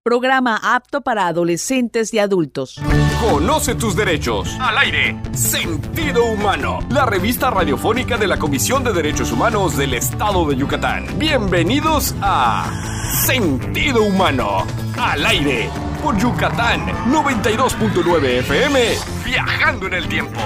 Programa apto para adolescentes y adultos. Conoce tus derechos. Al aire. Sentido Humano. La revista radiofónica de la Comisión de Derechos Humanos del Estado de Yucatán. Bienvenidos a Sentido Humano. Al aire. Por Yucatán 92.9 FM. Viajando en el tiempo.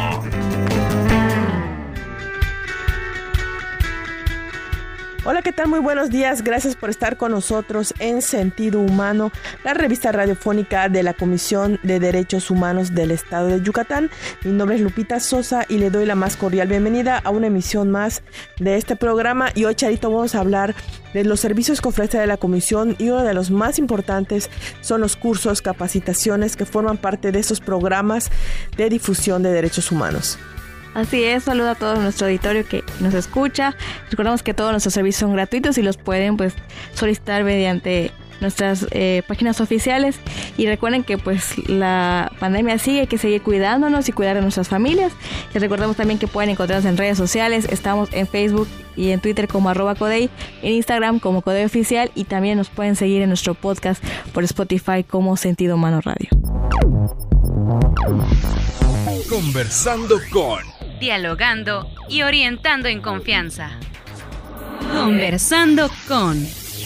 Hola, ¿qué tal? Muy buenos días. Gracias por estar con nosotros en Sentido Humano, la revista radiofónica de la Comisión de Derechos Humanos del Estado de Yucatán. Mi nombre es Lupita Sosa y le doy la más cordial bienvenida a una emisión más de este programa. Y hoy, Charito, vamos a hablar de los servicios que ofrece la Comisión, y uno de los más importantes son los cursos, capacitaciones que forman parte de esos programas de difusión de derechos humanos. Así es, saludo a todo nuestro auditorio que nos escucha. Recordamos que todos nuestros servicios son gratuitos y los pueden solicitar mediante nuestras páginas oficiales. Y recuerden que la pandemia sigue, hay que seguir cuidándonos y cuidar a nuestras familias. Les recordamos también que pueden encontrarnos en redes sociales. Estamos en Facebook y en Twitter como @Codey, en Instagram como Codey Oficial, y también nos pueden seguir en nuestro podcast por Spotify como Sentido Humano Radio. Conversando con... Dialogando y orientando en confianza. Conversando con...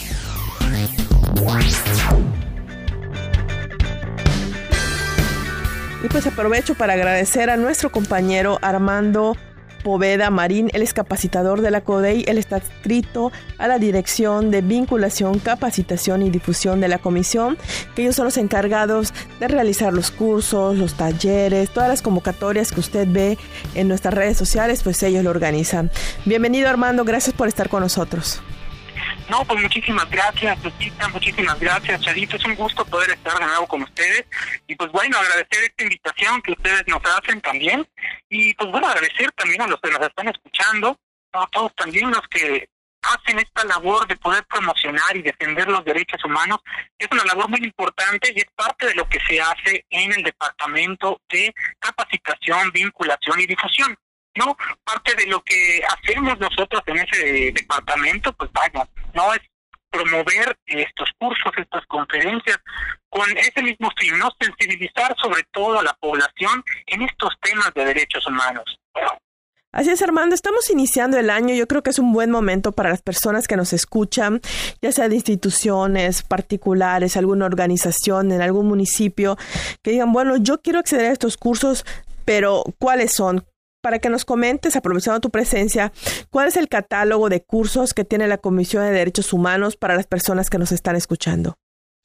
Y aprovecho para agradecer a nuestro compañero Armando Poveda Marín. Él es capacitador de la CODEI. Él está adscrito a la Dirección de Vinculación, Capacitación y Difusión de la Comisión, que ellos son los encargados de realizar los cursos, los talleres, todas las convocatorias que usted ve en nuestras redes sociales, pues ellos lo organizan. Bienvenido, Armando, gracias por estar con nosotros. No, pues muchísimas gracias, Lupita, muchísimas gracias, Charito. Es un gusto poder estar de nuevo con ustedes. Y agradecer esta invitación que ustedes nos hacen también. Y agradecer también a los que nos están escuchando, a todos también los que hacen esta labor de poder promocionar y defender los derechos humanos. Es una labor muy importante y es parte de lo que se hace en el Departamento de Capacitación, Vinculación y Difusión. No, parte de lo que hacemos nosotros en ese departamento, no es promover estos cursos, estas conferencias, con ese mismo fin, ¿no? Sensibilizar sobre todo a la población en estos temas de derechos humanos. Así es, Armando, estamos iniciando el año. Yo creo que es un buen momento para las personas que nos escuchan, ya sea de instituciones particulares, alguna organización en algún municipio, que digan, yo quiero acceder a estos cursos, pero ¿cuáles son? Para que nos comentes, aprovechando tu presencia, ¿cuál es el catálogo de cursos que tiene la Comisión de Derechos Humanos para las personas que nos están escuchando?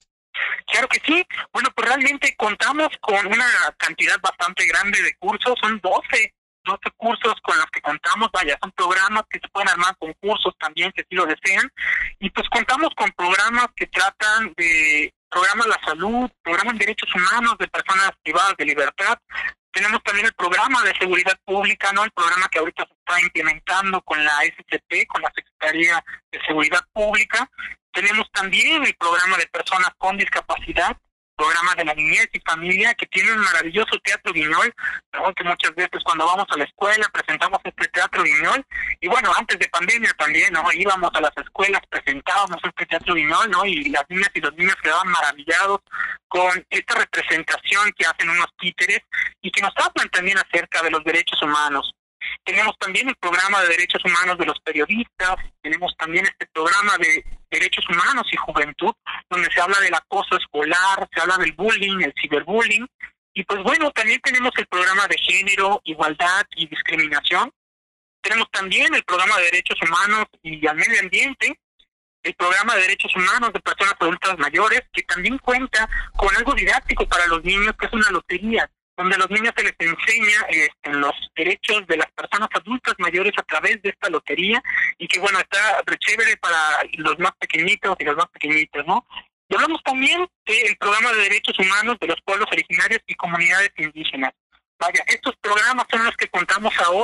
Claro que sí. Realmente contamos con una cantidad bastante grande de cursos. Son 12 cursos con los que contamos. Son programas que se pueden armar con cursos también, si así lo desean. Y contamos con programas que tratan de programas de la salud, programas de derechos humanos de personas privadas de libertad. Tenemos también el programa de seguridad pública, ¿no? El programa que ahorita se está implementando con la SCP, con la Secretaría de Seguridad Pública. Tenemos también el programa de personas con discapacidad, programa de la niñez y familia, que tiene un maravilloso teatro guiñol, ¿no? Que muchas veces cuando vamos a la escuela presentamos este teatro guiñol. Y antes de pandemia también, ¿no? Íbamos a las escuelas, presentábamos este teatro guiñol, ¿no? Y las niñas y los niños quedaban maravillados con esta representación que hacen unos títeres y que nos hablan también acerca de los derechos humanos. Tenemos también el programa de derechos humanos de los periodistas, tenemos también este programa de derechos humanos y juventud, donde se habla del acoso escolar, se habla del bullying, el ciberbullying, y también tenemos el programa de género, igualdad y discriminación. Tenemos también el programa de derechos humanos y al medio ambiente, el programa de derechos humanos de personas adultas mayores, que también cuenta con algo didáctico para los niños, que es una lotería, donde a los niños se les enseña los derechos de las personas adultas mayores a través de esta lotería, y que está chévere para los más pequeñitos y los más pequeñitos, ¿no? Y hablamos también del programa de derechos humanos de los pueblos originarios y comunidades indígenas. Estos programas son los que contamos ahora,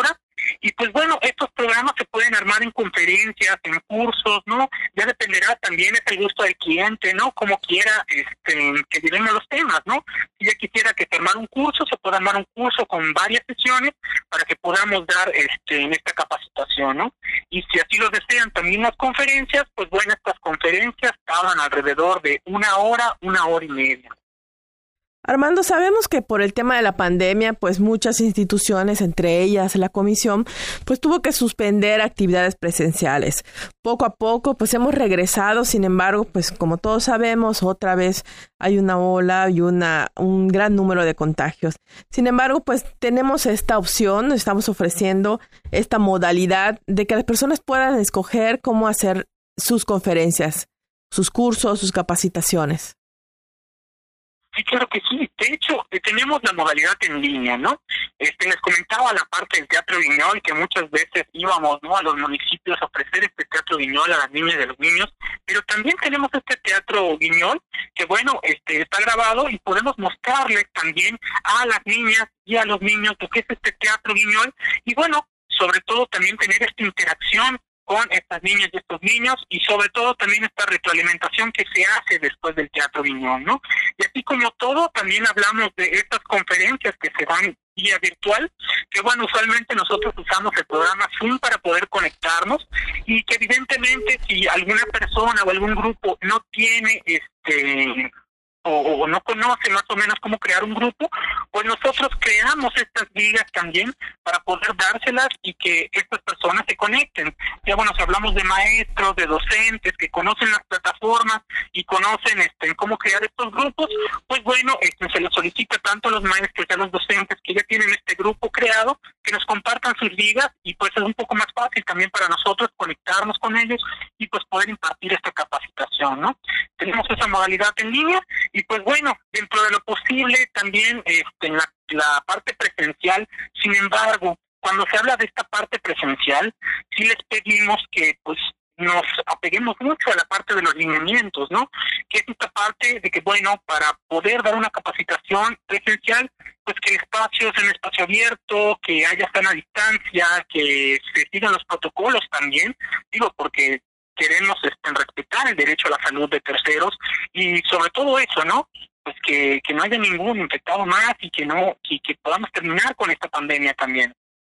Y pues bueno, estos programas se pueden armar en conferencias, en cursos, ¿no? Ya dependerá también, es el gusto del cliente, ¿no? Como quiera que llevemos los temas, ¿no? Si ya quisiera que se armara un curso, se puede armar un curso con varias sesiones para que podamos dar en esta capacitación, ¿no? Y si así lo desean también las conferencias, pues bueno, estas conferencias tardan alrededor de 1 hora, 1 hora y media. Armando, sabemos que por el tema de la pandemia, pues muchas instituciones, entre ellas la comisión, pues tuvo que suspender actividades presenciales. Poco a poco, pues hemos regresado, sin embargo, pues como todos sabemos, otra vez hay una ola y un gran número de contagios. Sin embargo, pues tenemos esta opción, estamos ofreciendo esta modalidad de que las personas puedan escoger cómo hacer sus conferencias, sus cursos, sus capacitaciones. Sí, claro que sí. De hecho, tenemos la modalidad en línea, ¿no? Les comentaba la parte del Teatro Guiñol, que muchas veces íbamos, ¿no?, a los municipios a ofrecer este Teatro Guiñol a las niñas y a los niños, pero también tenemos este Teatro Guiñol, que bueno, está grabado y podemos mostrarles también a las niñas y a los niños lo que es este Teatro Guiñol, y bueno, sobre todo también tener esta interacción con estas niñas y estos niños, y sobre todo también esta retroalimentación que se hace después del Teatro Guiñol, ¿no? Y así como todo, también hablamos de estas conferencias que se dan vía virtual, que bueno, usualmente nosotros usamos el programa Zoom para poder conectarnos, y que evidentemente si alguna persona o algún grupo no tiene o no conoce más o menos cómo crear un grupo, pues nosotros creamos estas ligas también para poder dárselas y que estas personas se conecten. Ya bueno, si hablamos de maestros, de docentes que conocen las plataformas y conocen cómo crear estos grupos, pues bueno, se les solicita tanto a los maestros y a los docentes que ya tienen este grupo creado, que nos compartan sus ligas, y pues es un poco más fácil también para nosotros conectarnos con ellos y pues poder impartir esta capacitación, ¿no? Tenemos esa modalidad en línea. Y pues bueno, dentro de lo posible también en la parte presencial. Sin embargo, cuando se habla de esta parte presencial, sí les pedimos que pues nos apeguemos mucho a la parte de los lineamientos, ¿no? Que es esta parte de que, bueno, para poder dar una capacitación presencial, pues que el espacio sea un espacio abierto, que haya sana distancia, que se sigan los protocolos también, digo, porque queremos respetar el derecho a la salud de terceros, y sobre todo eso, ¿no? Pues que no haya ningún infectado más y que podamos terminar con esta pandemia también.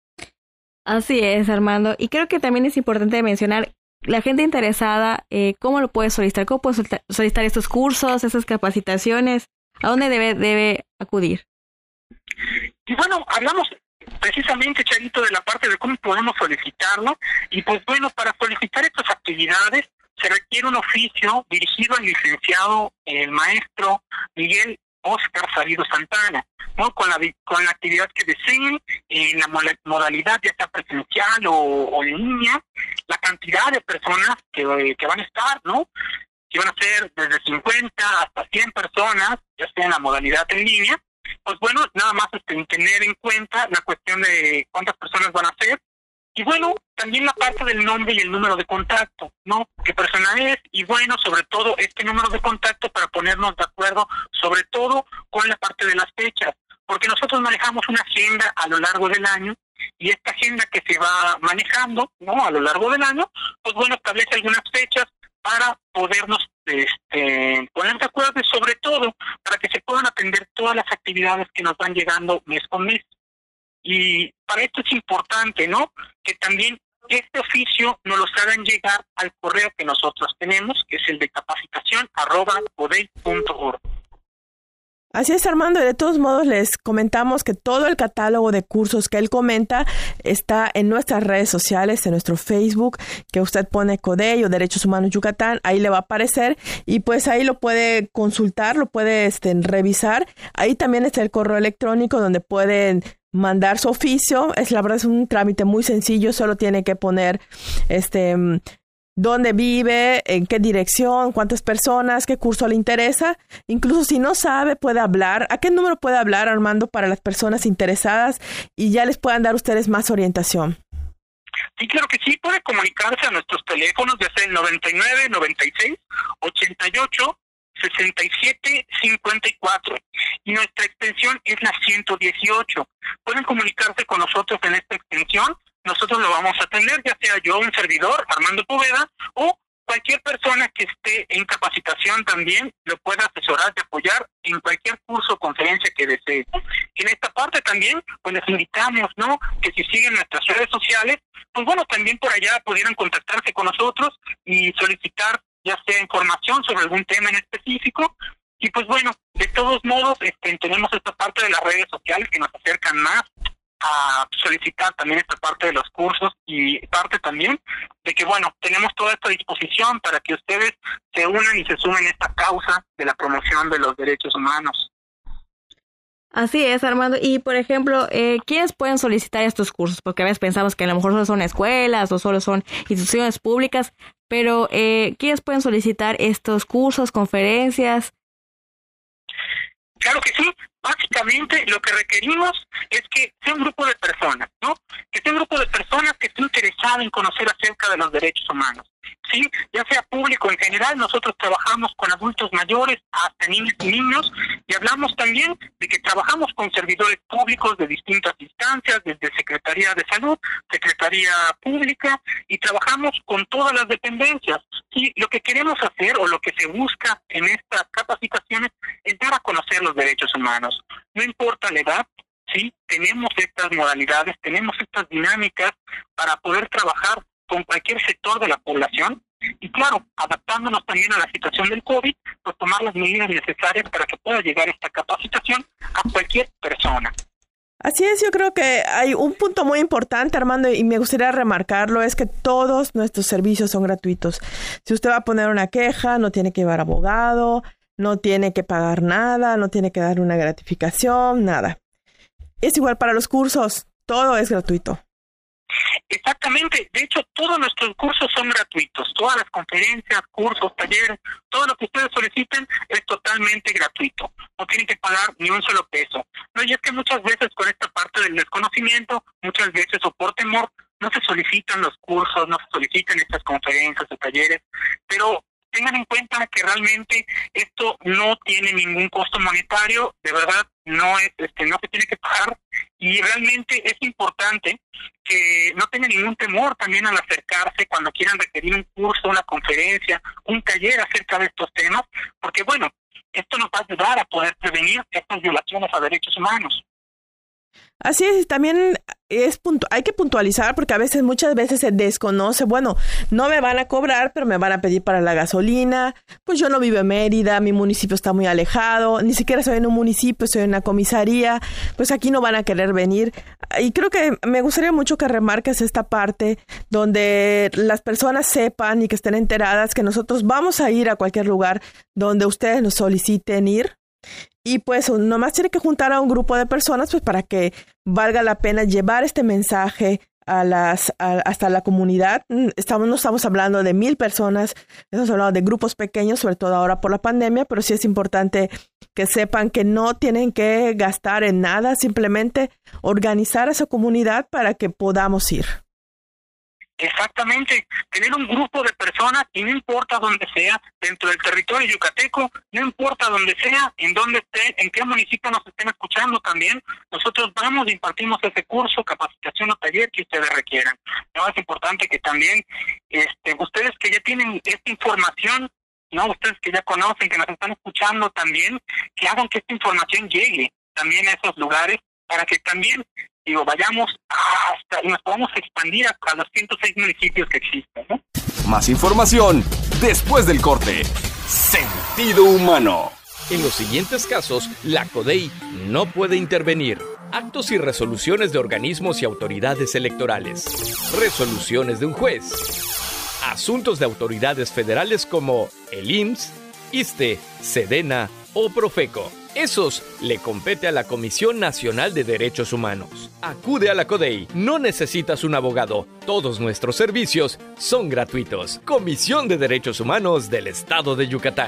Así es, Armando. Y creo que también es importante mencionar la gente interesada, ¿cómo lo puede solicitar? ¿Cómo puede solicitar estos cursos, estas capacitaciones? ¿A dónde debe acudir? Y bueno, hablamos precisamente, Charito, de la parte de cómo podemos solicitarlo. Y pues bueno, para solicitar estas actividades se requiere un oficio dirigido al licenciado, el maestro Miguel Óscar Sabido Santana, ¿no? Con la actividad que deseen, en la modalidad ya sea presencial o en línea, la cantidad de personas que van a estar, ¿no? Que van a ser desde 50 hasta 100 personas, ya sea en la modalidad en línea. Pues bueno, nada más tener en cuenta la cuestión de cuántas personas van a ser. Y bueno, también la parte del nombre y el número de contacto, ¿no? ¿Qué persona es? Y bueno, sobre todo este número de contacto para ponernos de acuerdo, sobre todo con la parte de las fechas, porque nosotros manejamos una agenda a lo largo del año, y esta agenda que se va manejando, ¿no?, a lo largo del año, pues bueno, establece algunas fechas para podernos poner de acuerdo, y sobre todo para que se puedan atender todas las actividades que nos van llegando mes con mes. Y para esto es importante, ¿no?, que también este oficio nos los hagan llegar al correo que nosotros tenemos, que es el de capacitación@codey.org. Así es, Armando. De todos modos, les comentamos que todo el catálogo de cursos que él comenta está en nuestras redes sociales, en nuestro Facebook, que usted pone CODEY o Derechos Humanos Yucatán, ahí le va a aparecer, y pues ahí lo puede consultar, lo puede revisar. Ahí también está el correo electrónico donde pueden mandar su oficio. La verdad es un trámite muy sencillo, solo tiene que poner dónde vive, en qué dirección, cuántas personas, qué curso le interesa. Incluso si no sabe, puede hablar. ¿A qué número puede hablar, Armando, para las personas interesadas y ya les puedan dar ustedes más orientación? Sí, claro que sí. Puede comunicarse a nuestros teléfonos, ya sea el 99 96 88 67 54, y nuestra extensión es la 118. Pueden comunicarse con nosotros en esta extensión nosotros lo vamos a atender, ya sea yo, un servidor, Armando Poveda, o cualquier persona que esté en capacitación también lo pueda asesorar y apoyar en cualquier curso o conferencia que desee. En esta parte también, pues les invitamos, ¿no?, que si siguen nuestras redes sociales, pues bueno, también por allá pudieran contactarse con nosotros y solicitar ya sea información sobre algún tema en específico. Y pues bueno, de todos modos, tenemos esta parte de las redes sociales que nos acercan más a solicitar también esta parte de los cursos, y parte también de que, bueno, tenemos toda esta disposición para que ustedes se unan y se sumen a esta causa de la promoción de los derechos humanos. Así es, Armando. Y, por ejemplo, ¿quiénes pueden solicitar estos cursos? Porque a veces pensamos que a lo mejor solo son escuelas o solo son instituciones públicas, pero ¿quiénes pueden solicitar estos cursos, conferencias? Claro que sí. Básicamente lo que requerimos es que sea un grupo de personas, ¿no? Que sea un grupo de personas que esté interesado en conocer acerca de los derechos humanos, ¿sí? Ya sea público en general, nosotros trabajamos con adultos mayores hasta niños y niños, y hablamos también de que trabajamos con servidores públicos de distintas instancias, desde Secretaría de Salud, Secretaría Pública, y trabajamos con todas las dependencias. Y lo que queremos hacer, o lo que se busca en estas capacitaciones, es dar a conocer los derechos humanos. No importa la edad, ¿sí? Tenemos estas modalidades, tenemos estas dinámicas para poder trabajar con cualquier sector de la población, y claro, adaptándonos también a la situación del COVID, pues tomar las medidas necesarias para que pueda llegar esta capacitación a cualquier persona. Así es, yo creo que hay un punto muy importante, Armando, y me gustaría remarcarlo, es que todos nuestros servicios son gratuitos. Si usted va a poner una queja, no tiene que llevar abogado, no tiene que pagar nada, no tiene que dar una gratificación, nada. Es igual para los cursos, todo es gratuito. Exactamente, de hecho todos nuestros cursos son gratuitos, todas las conferencias, cursos, talleres, todo lo que ustedes soliciten es totalmente gratuito, no tienen que pagar ni un solo peso. No, y es que muchas veces con esta parte del desconocimiento, muchas veces o por temor, no se solicitan los cursos, no se solicitan estas conferencias o talleres, pero tengan en cuenta que realmente esto no tiene ningún costo monetario, de verdad no es, no se tiene que pagar, y realmente es importante que no tengan ningún temor también al acercarse cuando quieran requerir un curso, una conferencia, un taller acerca de estos temas, porque bueno, esto nos va a ayudar a poder prevenir estas violaciones a derechos humanos. Así es, también hay que puntualizar porque muchas veces se desconoce, bueno, no me van a cobrar, pero me van a pedir para la gasolina, pues yo no vivo en Mérida, mi municipio está muy alejado, ni siquiera estoy en un municipio, estoy en una comisaría, pues aquí no van a querer venir. Y creo que me gustaría mucho que remarques esta parte donde las personas sepan y que estén enteradas que nosotros vamos a ir a cualquier lugar donde ustedes nos soliciten ir. Y pues nomás tiene que juntar a un grupo de personas pues para que valga la pena llevar este mensaje hasta la comunidad. No estamos hablando de 1,000 personas, estamos hablando de grupos pequeños, sobre todo ahora por la pandemia, pero sí es importante que sepan que no tienen que gastar en nada, simplemente organizar a esa comunidad para que podamos ir. Exactamente, tener un grupo de personas, y no importa dónde sea, dentro del territorio yucateco, no importa dónde sea, en dónde esté, en qué municipio nos estén escuchando también, nosotros vamos e impartimos ese curso, capacitación o taller que ustedes requieran. No, es importante que también ustedes que ya tienen esta información, no, ustedes que ya conocen, que nos están escuchando también, que hagan que esta información llegue también a esos lugares para que también vayamos hasta y nos podamos expandir a los 106 municipios que existen, ¿no? Más información después del corte. Sentido humano. En los siguientes casos, la CODEI no puede intervenir. Actos y resoluciones de organismos y autoridades electorales. Resoluciones de un juez. Asuntos de autoridades federales como el IMSS, ISSSTE, SEDENA o Profeco. Esos le compete a la Comisión Nacional de Derechos Humanos. Acude a la CODEI. No necesitas un abogado. Todos nuestros servicios son gratuitos. Comisión de Derechos Humanos del Estado de Yucatán.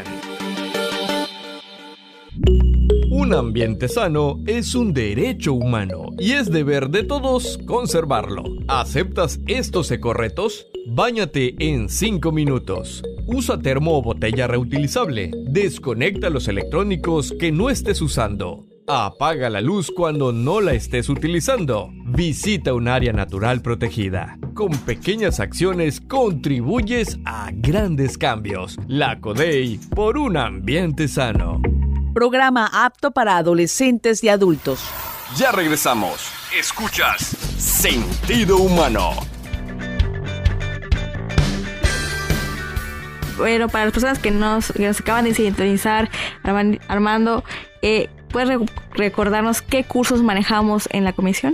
Un ambiente sano es un derecho humano y es deber de todos conservarlo. ¿Aceptas estos ecoretos? Báñate en 5 minutos. Usa termo o botella reutilizable. Desconecta los electrónicos que no estés usando. Apaga la luz cuando no la estés utilizando. Visita un área natural protegida. Con pequeñas acciones contribuyes a grandes cambios. La CODEI, por un ambiente sano. Programa apto para adolescentes y adultos. Ya regresamos. Escuchas Sentido Humano. Bueno, para las personas que nos acaban de sintonizar, Armando, ¿puedes recordarnos qué cursos manejamos en la comisión?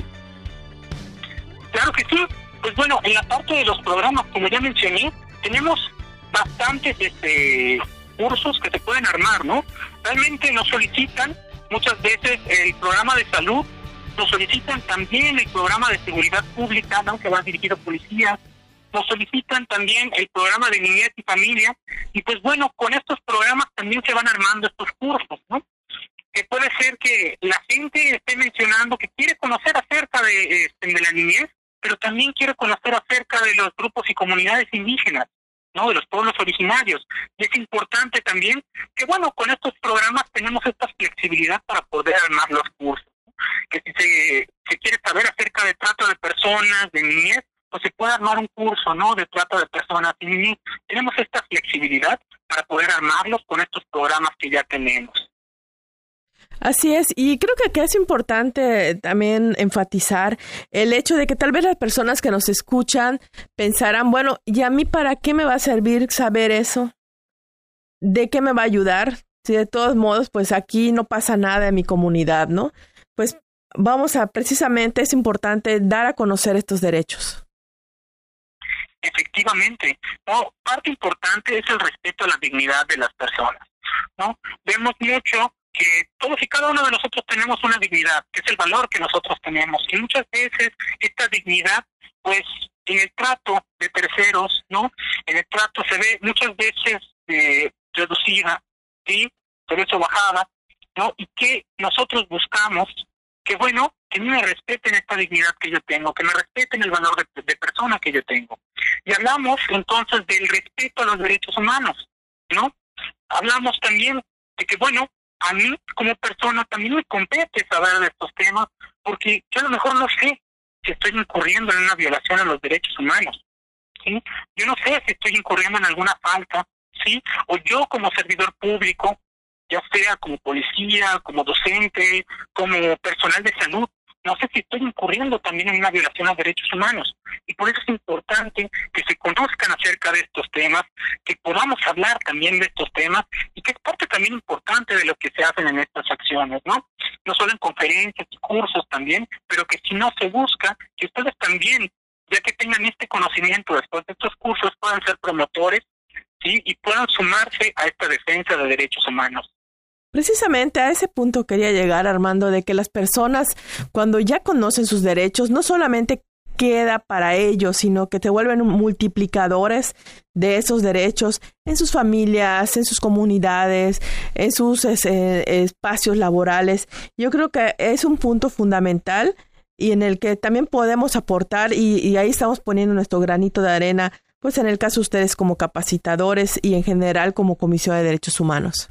Claro que sí. Pues bueno, en la parte de los programas, como ya mencioné, tenemos bastantes cursos que se pueden armar, ¿no? Realmente nos solicitan muchas veces el programa de salud, nos solicitan también el programa de seguridad pública, ¿no?, que va dirigido a policías, nos solicitan también el programa de niñez y familia, y pues bueno, con estos programas también se van armando estos cursos, ¿no? Que puede ser que la gente esté mencionando que quiere conocer acerca de la niñez, pero también quiere conocer acerca de los grupos y comunidades indígenas, ¿no?, de los pueblos originarios. Y es importante también que, bueno, con estos programas tenemos esta flexibilidad para poder armar los cursos, ¿no? Que si se quiere saber acerca de trato de personas, de niñez, pues se puede armar un curso, ¿no?, de trata de personas y niñez. Tenemos esta flexibilidad para poder armarlos con estos programas que ya tenemos. Así es, y creo que aquí es importante también enfatizar el hecho de que tal vez las personas que nos escuchan pensarán, bueno, ¿y a mí para qué me va a servir saber eso? ¿De qué me va a ayudar? Si de todos modos, pues aquí no pasa nada en mi comunidad, ¿no? Pues precisamente es importante dar a conocer estos derechos. Efectivamente, ¿no? Parte importante es el respeto a la dignidad de las personas, ¿no? Vemos mucho que todos y cada uno de nosotros tenemos una dignidad, que es el valor que nosotros tenemos, y muchas veces esta dignidad, pues en el trato de terceros, ¿no?, en el trato se ve muchas veces reducida, ¿sí?, se ve sobajada, ¿no?, y que nosotros buscamos que, bueno, que me respeten esta dignidad que yo tengo, que me respeten el valor de persona que yo tengo. Y hablamos entonces del respeto a los derechos humanos, ¿no? Hablamos también de que, bueno, a mí como persona también me compete saber de estos temas, porque yo a lo mejor no sé si estoy incurriendo en una violación a los derechos humanos, ¿sí? Yo no sé si estoy incurriendo en alguna falta, ¿sí? O yo como servidor público, ya sea como policía, como docente, como personal de salud, no sé si estoy incurriendo también en una violación a los derechos humanos. Y por eso es importante que se conozcan acerca de estos temas, que podamos hablar también de estos temas, y que es parte también importante de lo que se hacen en estas acciones, ¿no? No solo en conferencias y cursos también, pero que si no se busca, que ustedes también, ya que tengan este conocimiento después de estos cursos, puedan ser promotores, ¿sí?, y puedan sumarse a esta defensa de derechos humanos. Precisamente a ese punto quería llegar, Armando, de que las personas, cuando ya conocen sus derechos, no solamente queda para ellos, sino que te vuelven multiplicadores de esos derechos en sus familias, en sus comunidades, en sus espacios laborales. Yo creo que es un punto fundamental y en el que también podemos aportar y ahí estamos poniendo nuestro granito de arena, pues en el caso de ustedes como capacitadores y en general como Comisión de Derechos Humanos.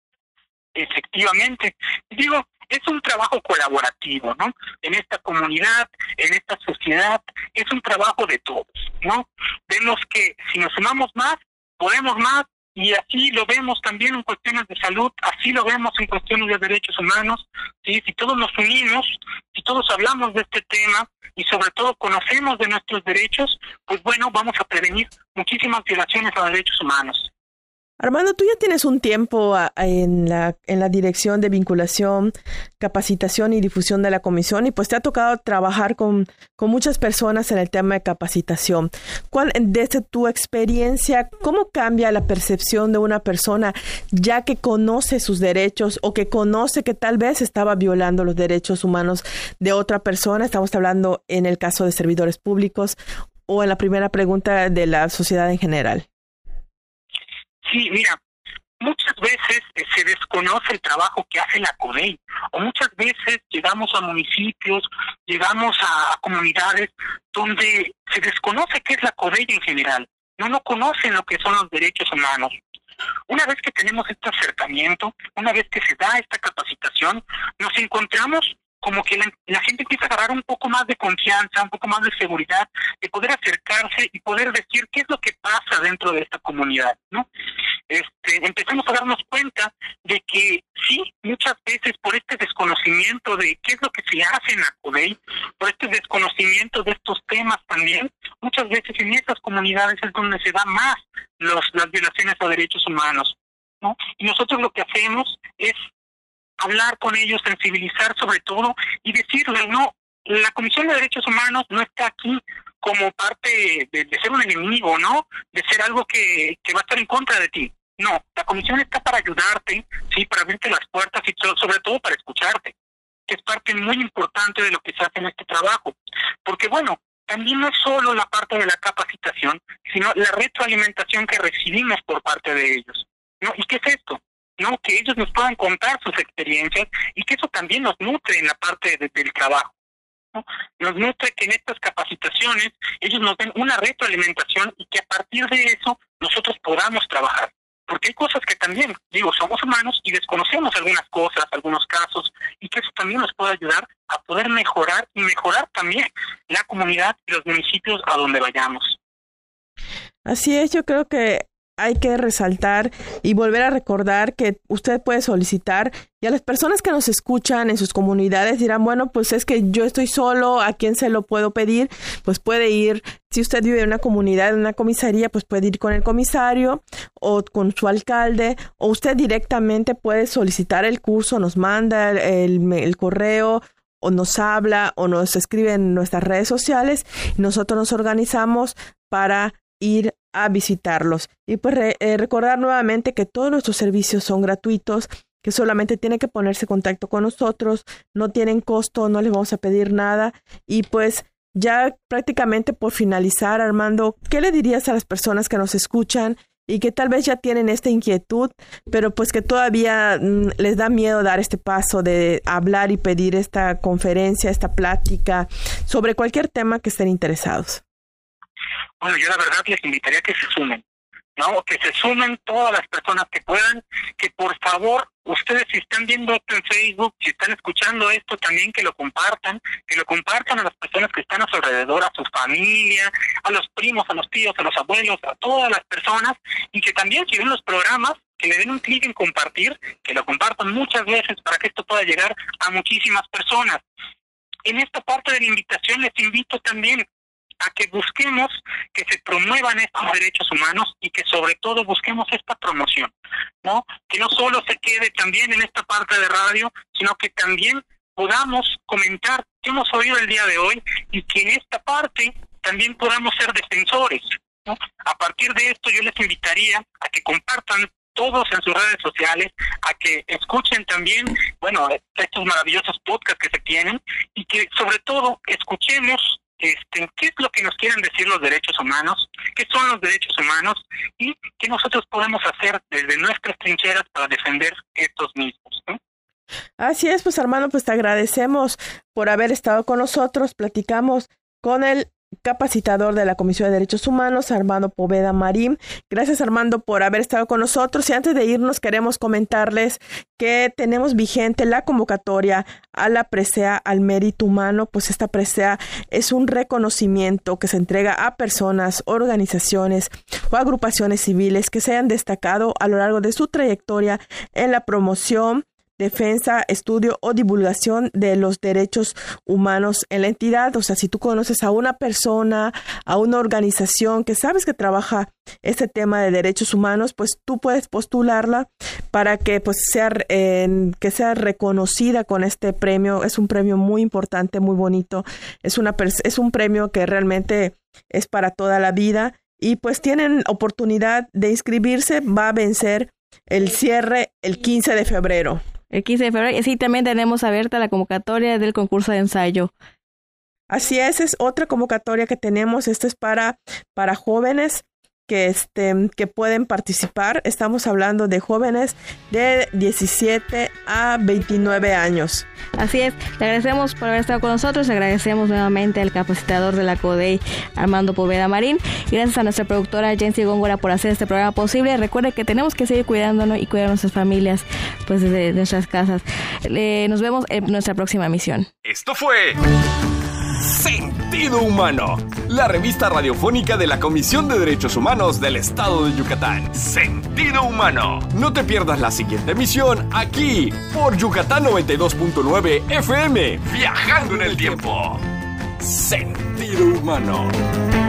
Efectivamente, digo, es un trabajo colaborativo, ¿no? En esta comunidad, en esta sociedad, es un trabajo de todos, ¿no? Vemos que si nos sumamos más, podemos más, y así lo vemos también en cuestiones de salud, así lo vemos en cuestiones de derechos humanos, ¿sí? Si todos nos unimos, si todos hablamos de este tema, y sobre todo conocemos de nuestros derechos, pues bueno, vamos a prevenir muchísimas violaciones a los derechos humanos. Armando, tú ya tienes un tiempo en la dirección de vinculación, capacitación y difusión de la comisión y pues te ha tocado trabajar con muchas personas en el tema de capacitación. Desde tu experiencia, cómo cambia la percepción de una persona ya que conoce sus derechos o que conoce que tal vez estaba violando los derechos humanos de otra persona? Estamos hablando en el caso de servidores públicos o en la primera pregunta de la sociedad en general. Sí, mira, muchas veces se desconoce el trabajo que hace la CODEI, o muchas veces llegamos a municipios, llegamos a comunidades donde se desconoce qué es la CODEI en general, no conocen lo que son los derechos humanos. Una vez que tenemos este acercamiento, una vez que se da esta capacitación, nos encontramos como que la gente empieza a agarrar un poco más de confianza, un poco más de seguridad, de poder acercarse y poder decir qué es lo que pasa dentro de esta comunidad, ¿no? Empezamos a darnos cuenta de que sí, muchas veces por este desconocimiento de qué es lo que se hace en la CODEI, por este desconocimiento de estos temas también, muchas veces en estas comunidades es donde se da más las violaciones a derechos humanos, ¿no? Y nosotros lo que hacemos es hablar con ellos, sensibilizar sobre todo y decirles, no, la Comisión de Derechos Humanos no está aquí como parte de ser un enemigo, ¿no? De ser algo que va a estar en contra de ti. No, la comisión está para ayudarte, sí, para abrirte las puertas y sobre todo para escucharte, que es parte muy importante de lo que se hace en este trabajo. Porque bueno, también no es solo la parte de la capacitación, sino la retroalimentación que recibimos por parte de ellos, ¿no? ¿Y qué es esto? ¿No? Que ellos nos puedan contar sus experiencias y que eso también nos nutre en la parte del trabajo, ¿no? Nos nutre que en estas capacitaciones ellos nos den una retroalimentación y que a partir de eso nosotros podamos trabajar. Porque hay cosas que también, somos humanos y desconocemos algunas cosas, algunos casos, y que eso también nos puede ayudar a poder mejorar y mejorar también la comunidad y los municipios a donde vayamos. Así es, yo creo que hay que resaltar y volver a recordar que usted puede solicitar, y a las personas que nos escuchan en sus comunidades dirán, bueno, pues es que yo estoy solo, ¿a quién se lo puedo pedir? Pues puede ir, si usted vive en una comunidad, en una comisaría, pues puede ir con el comisario o con su alcalde, o usted directamente puede solicitar el curso, nos manda el correo, o nos habla, o nos escribe en nuestras redes sociales, y nosotros nos organizamos para ir a visitarlos. Y pues recordar nuevamente que todos nuestros servicios son gratuitos, que solamente tiene que ponerse en contacto con nosotros, no tienen costo, no les vamos a pedir nada. Y pues ya prácticamente por finalizar, Armando, ¿qué le dirías a las personas que nos escuchan y que tal vez ya tienen esta inquietud, pero pues que todavía les da miedo dar este paso de hablar y pedir esta conferencia, esta plática sobre cualquier tema que estén interesados? Bueno, yo la verdad les invitaría a que se sumen, ¿no? Que se sumen todas las personas que puedan, que por favor, ustedes si están viendo esto en Facebook, si están escuchando esto también, que lo compartan a las personas que están a su alrededor, a su familia, a los primos, a los tíos, a los abuelos, a todas las personas, y que también si ven los programas, que le den un clic en compartir, que lo compartan muchas veces para que esto pueda llegar a muchísimas personas. En esta parte de la invitación les invito también a que busquemos que se promuevan estos derechos humanos y que sobre todo busquemos esta promoción, ¿no? Que no solo se quede también en esta parte de radio, sino que también podamos comentar qué hemos oído el día de hoy y que en esta parte también podamos ser defensores, ¿no? A partir de esto yo les invitaría a que compartan todos en sus redes sociales, a que escuchen también, estos maravillosos podcasts que se tienen y que sobre todo escuchemos qué es lo que nos quieren decir los derechos humanos, qué son los derechos humanos y qué nosotros podemos hacer desde nuestras trincheras para defender estos mismos, ¿no? Así es, pues Armando, pues te agradecemos por haber estado con nosotros. Platicamos con el capacitador de la Comisión de Derechos Humanos, Armando Poveda Marín. Gracias, Armando, por haber estado con nosotros. Y antes de irnos, queremos comentarles que tenemos vigente la convocatoria a la presea al mérito humano. Pues esta presea es un reconocimiento que se entrega a personas, organizaciones o agrupaciones civiles que se hayan destacado a lo largo de su trayectoria en la promoción, defensa, estudio o divulgación de los derechos humanos en la entidad. O sea, si tú conoces a una persona, a una organización que sabes que trabaja este tema de derechos humanos, pues tú puedes postularla para que pues sea reconocida con este premio. Es un premio muy importante, muy bonito. Es un premio que realmente es para toda la vida y pues tienen oportunidad de inscribirse. Va a vencer el cierre el 15 de febrero. El 15 de febrero. Y sí, también tenemos abierta la convocatoria del concurso de ensayo. Así es otra convocatoria que tenemos. Esta es para jóvenes que pueden participar. Estamos hablando de jóvenes de 17 a 29 años. Así es, le agradecemos por haber estado con nosotros, agradecemos nuevamente al capacitador de la CODEI, Armando Poveda Marín, y gracias a nuestra productora Jensi Góngora por hacer este programa posible. Recuerde que tenemos que seguir cuidándonos y cuidar a nuestras familias pues desde nuestras casas. Nos vemos en nuestra próxima emisión. Esto fue Sentido Humano, la revista radiofónica de la Comisión de Derechos Humanos del Estado de Yucatán. Sentido Humano. No te pierdas la siguiente emisión aquí por Yucatán 92.9 FM, viajando en el tiempo. Sentido Humano.